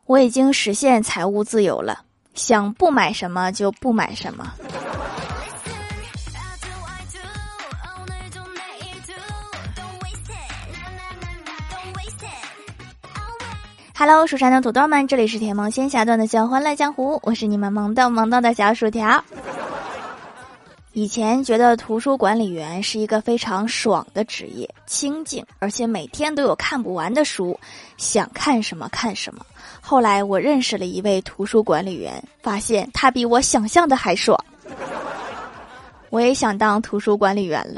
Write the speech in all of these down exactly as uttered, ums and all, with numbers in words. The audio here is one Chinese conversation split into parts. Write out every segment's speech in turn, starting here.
我已经实现财务自由了，想不买什么就不买什么。Hello， 蜀山的土豆们，这里是甜萌仙侠段的叫欢乐江湖，我是你们萌豆萌豆的小薯条。以前觉得图书管理员是一个非常爽的职业，清静，而且每天都有看不完的书，想看什么看什么。后来我认识了一位图书管理员，发现他比我想象的还爽。我也想当图书管理员了。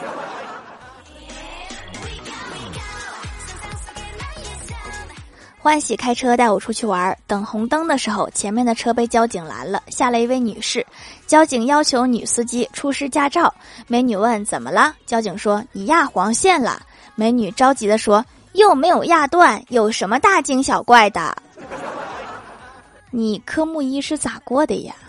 欢喜开车带我出去玩，等红灯的时候，前面的车被交警拦了，下来一位女士，交警要求女司机出示驾照。美女问怎么了，交警说你压黄线了。美女着急地说又没有压断，有什么大惊小怪的？你科目一是咋过的呀？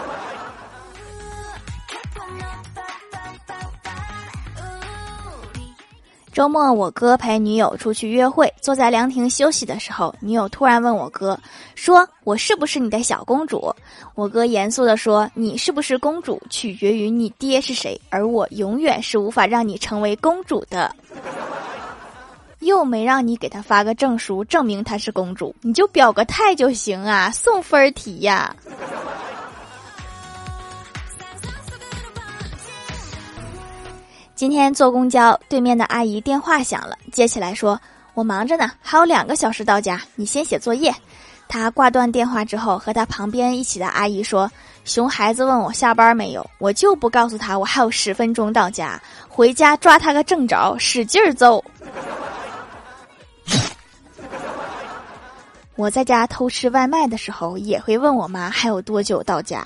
周末我哥陪女友出去约会，坐在凉亭休息的时候，女友突然问我哥说我是不是你的小公主？我哥严肃地说你是不是公主取决于你爹是谁，而我永远是无法让你成为公主的。又没让你给她发个证书证明她是公主，你就表个态就行啊，送分题呀。今天坐公交，对面的阿姨电话响了，接起来说我忙着呢，还有两个小时到家，你先写作业。她挂断电话之后，和她旁边一起的阿姨说熊孩子问我下班没有，我就不告诉他我还有十分钟到家，回家抓他个正着，使劲揍。我在家偷吃外卖的时候也会问我妈还有多久到家。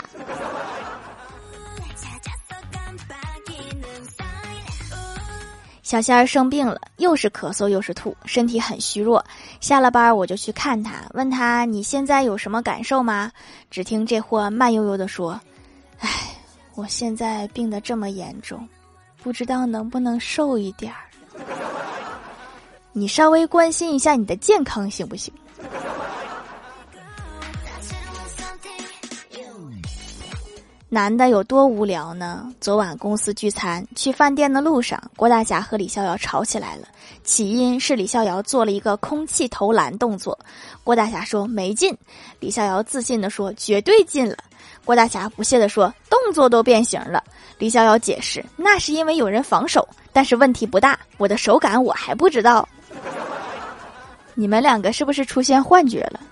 小仙儿生病了，又是咳嗽又是吐，身体很虚弱。下了班我就去看他，问他你现在有什么感受吗？只听这货慢悠悠地说，唉，我现在病得这么严重，不知道能不能瘦一点儿。你稍微关心一下你的健康行不行？男的有多无聊呢？昨晚公司聚餐，去饭店的路上，郭大侠和李逍遥吵起来了。起因是李逍遥做了一个空气投篮动作，郭大侠说没进，李逍遥自信地说绝对进了。郭大侠不屑地说动作都变形了。李逍遥解释那是因为有人防守，但是问题不大，我的手感我还不知道。你们两个是不是出现幻觉了？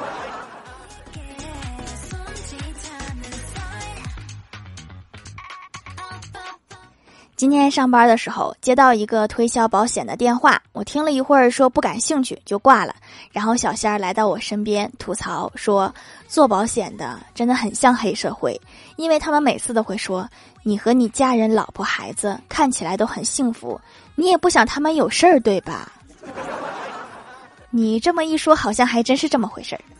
今天上班的时候接到一个推销保险的电话，我听了一会儿说不感兴趣就挂了。然后小仙儿来到我身边吐槽说做保险的真的很像黑社会，因为他们每次都会说你和你家人老婆孩子看起来都很幸福，你也不想他们有事儿对吧？你这么一说好像还真是这么回事儿。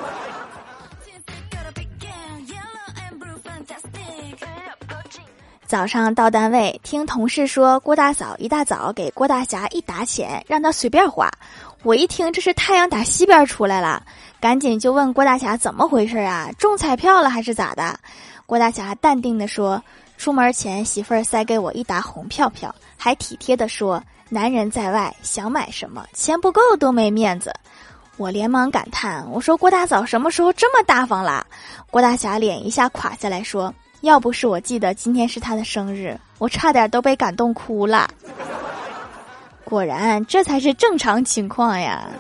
早上到单位，听同事说郭大嫂一大早给郭大侠一沓钱，让他随便花。我一听这是太阳打西边出来了，赶紧就问郭大侠怎么回事啊？中彩票了还是咋的？郭大侠淡定地说，出门前媳妇儿塞给我一沓红票票，还体贴地说男人在外想买什么钱不够都没面子。我连忙感叹，我说郭大嫂什么时候这么大方啦？郭大侠脸一下垮下来说，要不是我记得今天是他的生日，我差点都被感动哭了。果然这才是正常情况呀。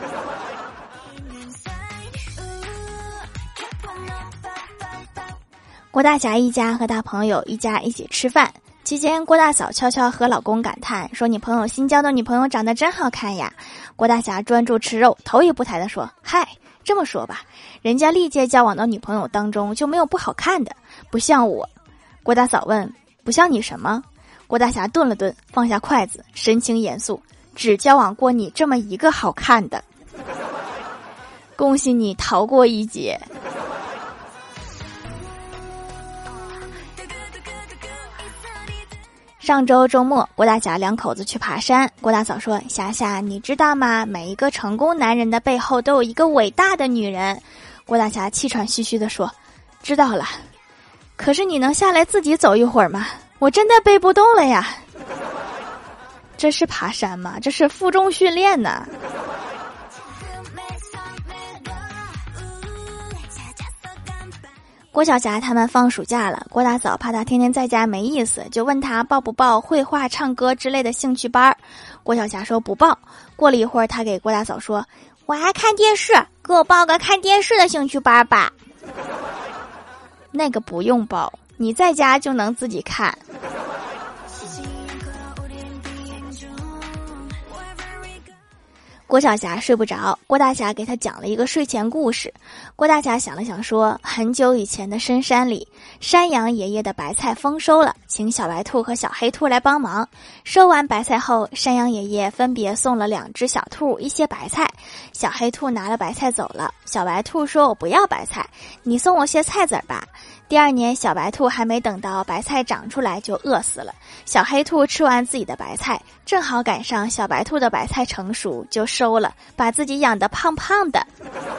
郭大侠一家和他朋友一家一起吃饭，期间郭大嫂悄悄和老公感叹说，你朋友新交的女朋友长得真好看呀。郭大侠专注吃肉，头也不抬地说，嗨，这么说吧，人家历届交往的女朋友当中就没有不好看的，不像我。郭大嫂问，不像你什么？郭大侠顿了顿，放下筷子，神情严肃，只交往过你这么一个好看的。恭喜你逃过一劫。 上周周末，郭大侠两口子去爬山。郭大嫂说：“霞霞，你知道吗？每一个成功男人的背后都有一个伟大的女人。”郭大侠气喘吁吁地说：“知道了，可是你能下来自己走一会儿吗？我真的背不动了呀。”这是爬山吗？这是负重训练呢。郭晓霞他们放暑假了，郭大嫂怕他天天在家没意思，就问他报不报绘画、唱歌之类的兴趣班。郭晓霞说不报。过了一会儿，他给郭大嫂说：“我爱看电视，给我报个看电视的兴趣班吧。”那个不用报，你在家就能自己看。郭晓霞睡不着，郭大侠给他讲了一个睡前故事。郭大侠想了想说，很久以前的深山里，山羊爷爷的白菜丰收了，请小白兔和小黑兔来帮忙。收完白菜后，山羊爷爷分别送了两只小兔一些白菜，小黑兔拿了白菜走了，小白兔说：“我不要白菜，你送我些菜籽儿吧。”第二年，小白兔还没等到白菜长出来就饿死了。小黑兔吃完自己的白菜，正好赶上小白兔的白菜成熟，就收了，把自己养得胖胖的。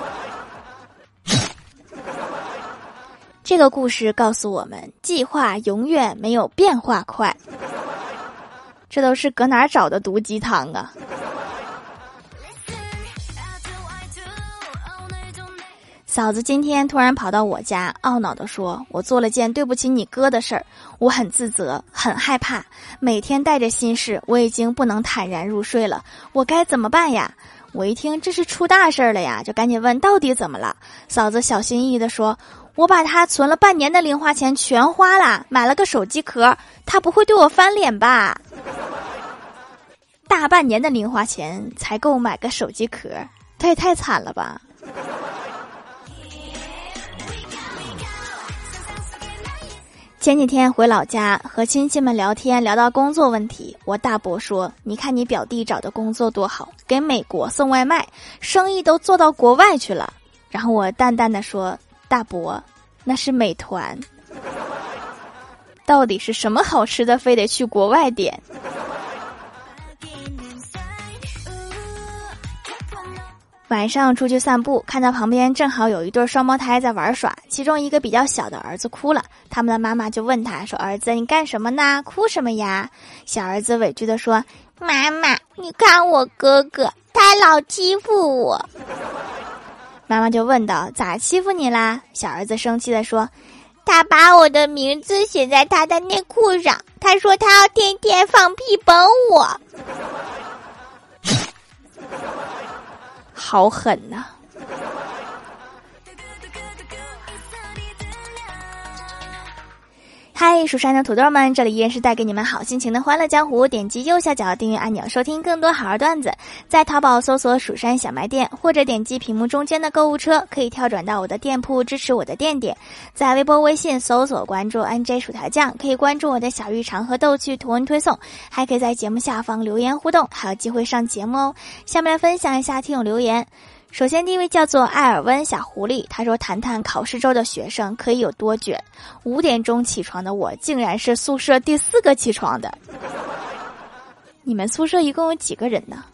这个故事告诉我们，计划永远没有变化快。这都是搁哪儿找的毒鸡汤啊？嫂子今天突然跑到我家，懊恼地说：“我做了件对不起你哥的事儿，我很自责，很害怕，每天带着心事，我已经不能坦然入睡了，我该怎么办呀？”我一听这是出大事了呀，就赶紧问到底怎么了。嫂子小心翼翼地说：“我把他存了半年的零花钱全花了，买了个手机壳，他不会对我翻脸吧？”大半年的零花钱才够买个手机壳，他也太惨了吧。前几天回老家和亲戚们聊天，聊到工作问题，我大伯说：“你看你表弟找的工作多好，给美国送外卖，生意都做到国外去了。”然后我淡淡的说：“大伯，那是美团。”到底是什么好吃的非得去国外点？晚上出去散步，看到旁边正好有一对双胞胎在玩耍，其中一个比较小的儿子哭了，他们的妈妈就问他说：“儿子，你干什么呢？哭什么呀？”小儿子委屈地说：“妈妈，你看我哥哥，他老欺负我。”妈妈就问道：“咋欺负你啦？”小儿子生气地说：“他把我的名字写在他的内裤上，他说他要天天放屁崩我。”好狠呐、啊！嗨，蜀山的土豆们，这里依然是带给你们好心情的欢乐江湖。点击右下角订阅按钮，收听更多好玩段子。在淘宝搜索蜀山小卖店，或者点击屏幕中间的购物车，可以跳转到我的店铺，支持我的店点。在微博、微信搜索关注 N J 薯条酱，可以关注我的小日常和逗趣图文推送，还可以在节目下方留言互动，还有机会上节目哦。下面来分享一下听友留言。首先第一位叫做艾尔温小狐狸，他说：“谈谈考试周的学生可以有多卷？五点钟起床的我，竟然是宿舍第四个起床的。你们宿舍一共有几个人呢？”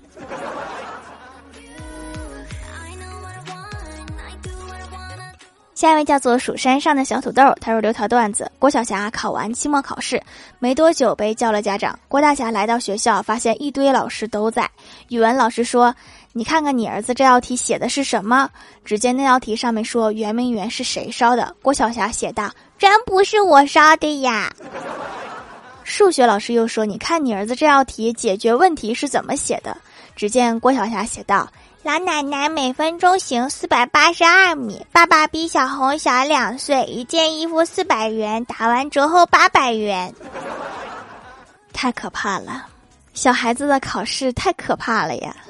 下一位叫做蜀山上的小土豆，他说：“留条段子，郭晓霞考完期末考试没多久被叫了家长，郭大侠来到学校，发现一堆老师都在。语文老师说：‘你看看你儿子这道题写的是什么？’只见那道题上面说圆明园是谁烧的，郭晓霞写道：‘真不是我烧的呀。’数学老师又说：‘你看你儿子这道题解决问题是怎么写的？’只见郭晓霞写道：‘老奶奶每分钟行四百八十二米，爸爸比小红小两岁，一件衣服四百元，打完折后八百元。’太可怕了，小孩子的考试太可怕了呀。”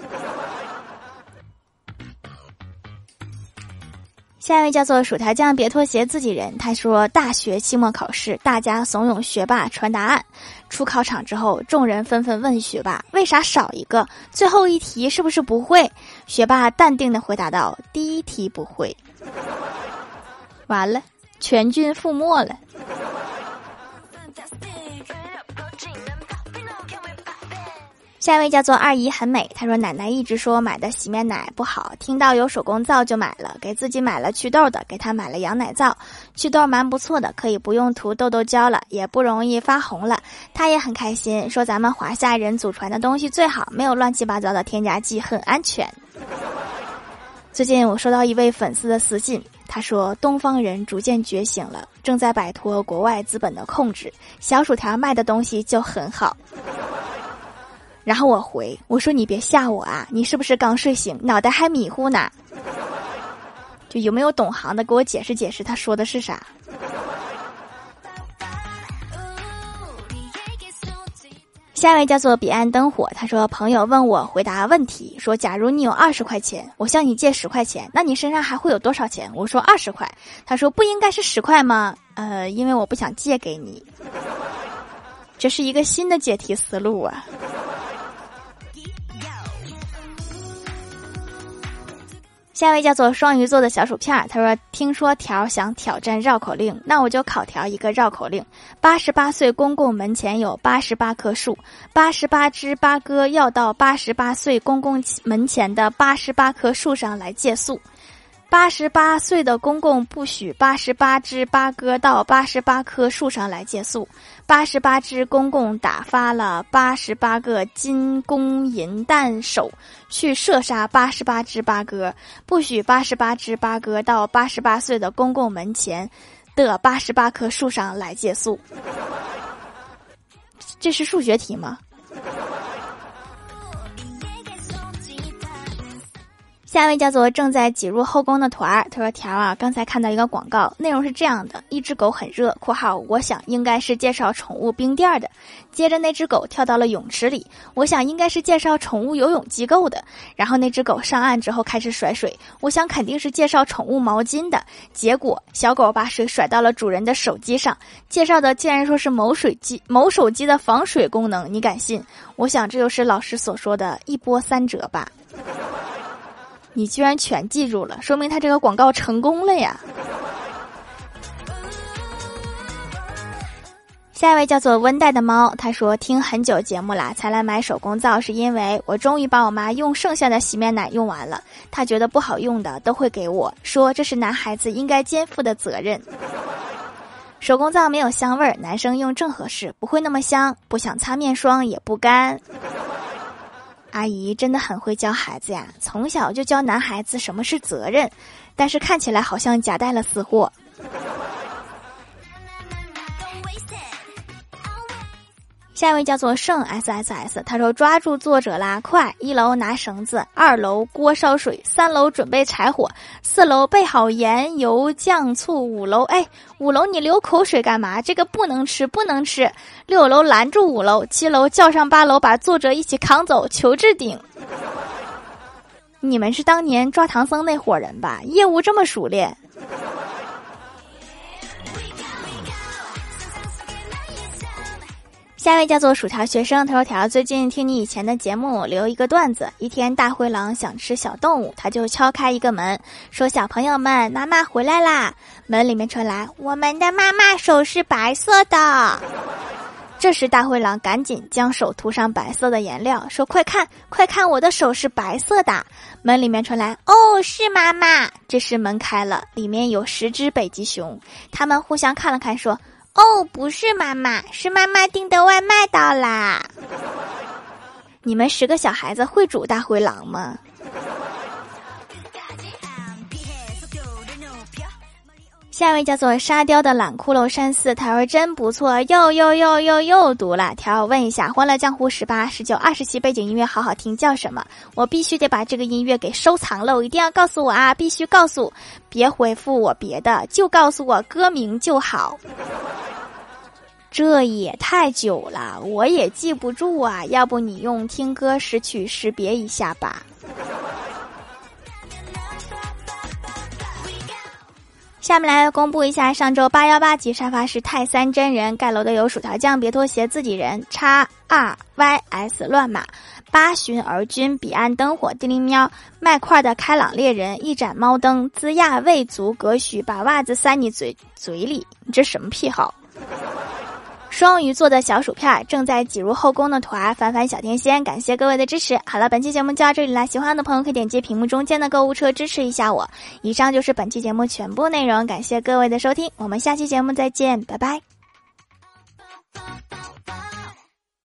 下一位叫做薯条酱别拖鞋自己人，他说大学期末考试，大家怂恿学霸传答案。出考场之后，众人纷纷问学霸为啥少一个，最后一题是不是不会？学霸淡定地回答道：第一题不会。完了，全军覆没了。 下一位叫做二姨很美，她说奶奶一直说买的洗面奶不好，听到有手工皂就买了，给自己买了祛痘的，给她买了羊奶皂，祛痘蛮不错的，可以不用涂痘痘胶了，也不容易发红了，她也很开心，说咱们华夏人祖传的东西最好，没有乱七八糟的添加剂，很安全。最近我收到一位粉丝的私信，他说东方人逐渐觉醒了，正在摆脱国外资本的控制，小薯条卖的东西就很好。然后我回我说你别吓我啊，你是不是刚睡醒脑袋还迷糊呢？就有没有懂行的给我解释解释他说的是啥。下一位叫做彼岸灯火，他说朋友问我回答问题，说假如你有二十块钱，我向你借十块钱，那你身上还会有多少钱？我说二十块。他说不应该是十块吗？呃，因为我不想借给你。这是一个新的解题思路啊。下一位叫做双鱼座的小薯片，他说听说条想挑战绕口令，那我就考条一个绕口令。八十八岁公公门前有八十八棵树，八十八只八哥要到八十八岁公公门前的八十八棵树上来借宿。八十八岁的公公不许八十八只八哥到八十八棵树上来借宿。八十八只公公打发了八十八个金弓银弹手去射杀八十八只八哥，不许八十八只八哥到八十八岁的公公门前的八十八棵树上来借宿。这是数学题吗？下一位叫做正在挤入后宫的团儿，他说条啊，刚才看到一个广告，内容是这样的，一只狗很热括号我想应该是介绍宠物冰店的，接着那只狗跳到了泳池里，我想应该是介绍宠物游泳机构的，然后那只狗上岸之后开始甩水，我想肯定是介绍宠物毛巾的，结果小狗把水甩到了主人的手机上，介绍的竟然说是某水机某手机的防水功能，你敢信？我想这就是老师所说的一波三折吧。你居然全记住了，说明他这个广告成功了呀。下一位叫做温带的猫，他说听很久节目啦，才来买手工皂，是因为我终于把我妈用剩下的洗面奶用完了，她觉得不好用的都会给我，说这是男孩子应该肩负的责任。手工皂没有香味儿，男生用正合适，不会那么香，不想擦面霜也不干。阿姨真的很会教孩子呀，从小就教男孩子什么是责任，但是看起来好像夹带了私货。下一位叫做盛 S S S， 他说抓住作者啦，快！一楼拿绳子，二楼锅烧水，三楼准备柴火，四楼备好盐油酱醋，五楼哎，五楼你流口水干嘛？这个不能吃，不能吃！六楼拦住五楼，七楼叫上八楼，把作者一起扛走，求置顶。你们是当年抓唐僧那伙人吧？业务这么熟练。下一位叫做薯条学生，他说条最近听你以前的节目留一个段子，一天大灰狼想吃小动物，他就敲开一个门，说小朋友们妈妈回来啦，门里面传来我们的妈妈手是白色的。这时大灰狼赶紧将手涂上白色的颜料，说快看快看我的手是白色的。门里面传来哦是妈妈。这时门开了，里面有十只北极熊，他们互相看了看说哦，不是妈妈，是妈妈订的外卖到啦。你们十个小孩子会煮大灰狼吗？下一位叫做沙雕的懒骷髅山寺，他说真不错，又又又又又读了。条我问一下，欢乐江湖十八、十九、二十期背景音乐好好听叫什么？我必须得把这个音乐给收藏了，我一定要告诉我啊，必须告诉，别回复我别的，就告诉我歌名就好。这也太久了，我也记不住啊，要不你用听歌识曲识别一下吧。下面来公布一下上周八一八级沙发是泰三真人，盖楼的有薯条酱、别拖鞋、自己人、叉 R Y S 乱码、八旬儿君、彼岸灯火、地灵喵、麦块的开朗猎人、一盏猫灯、龇亚未足、格许把袜子塞你嘴嘴里，你这什么癖好？ 双鱼座的小薯片正在挤入后宫的团儿，凡凡小天仙，感谢各位的支持。好了，本期节目就到这里啦，喜欢的朋友可以点击屏幕中间的购物车支持一下我。以上就是本期节目全部内容，感谢各位的收听，我们下期节目再见，拜拜。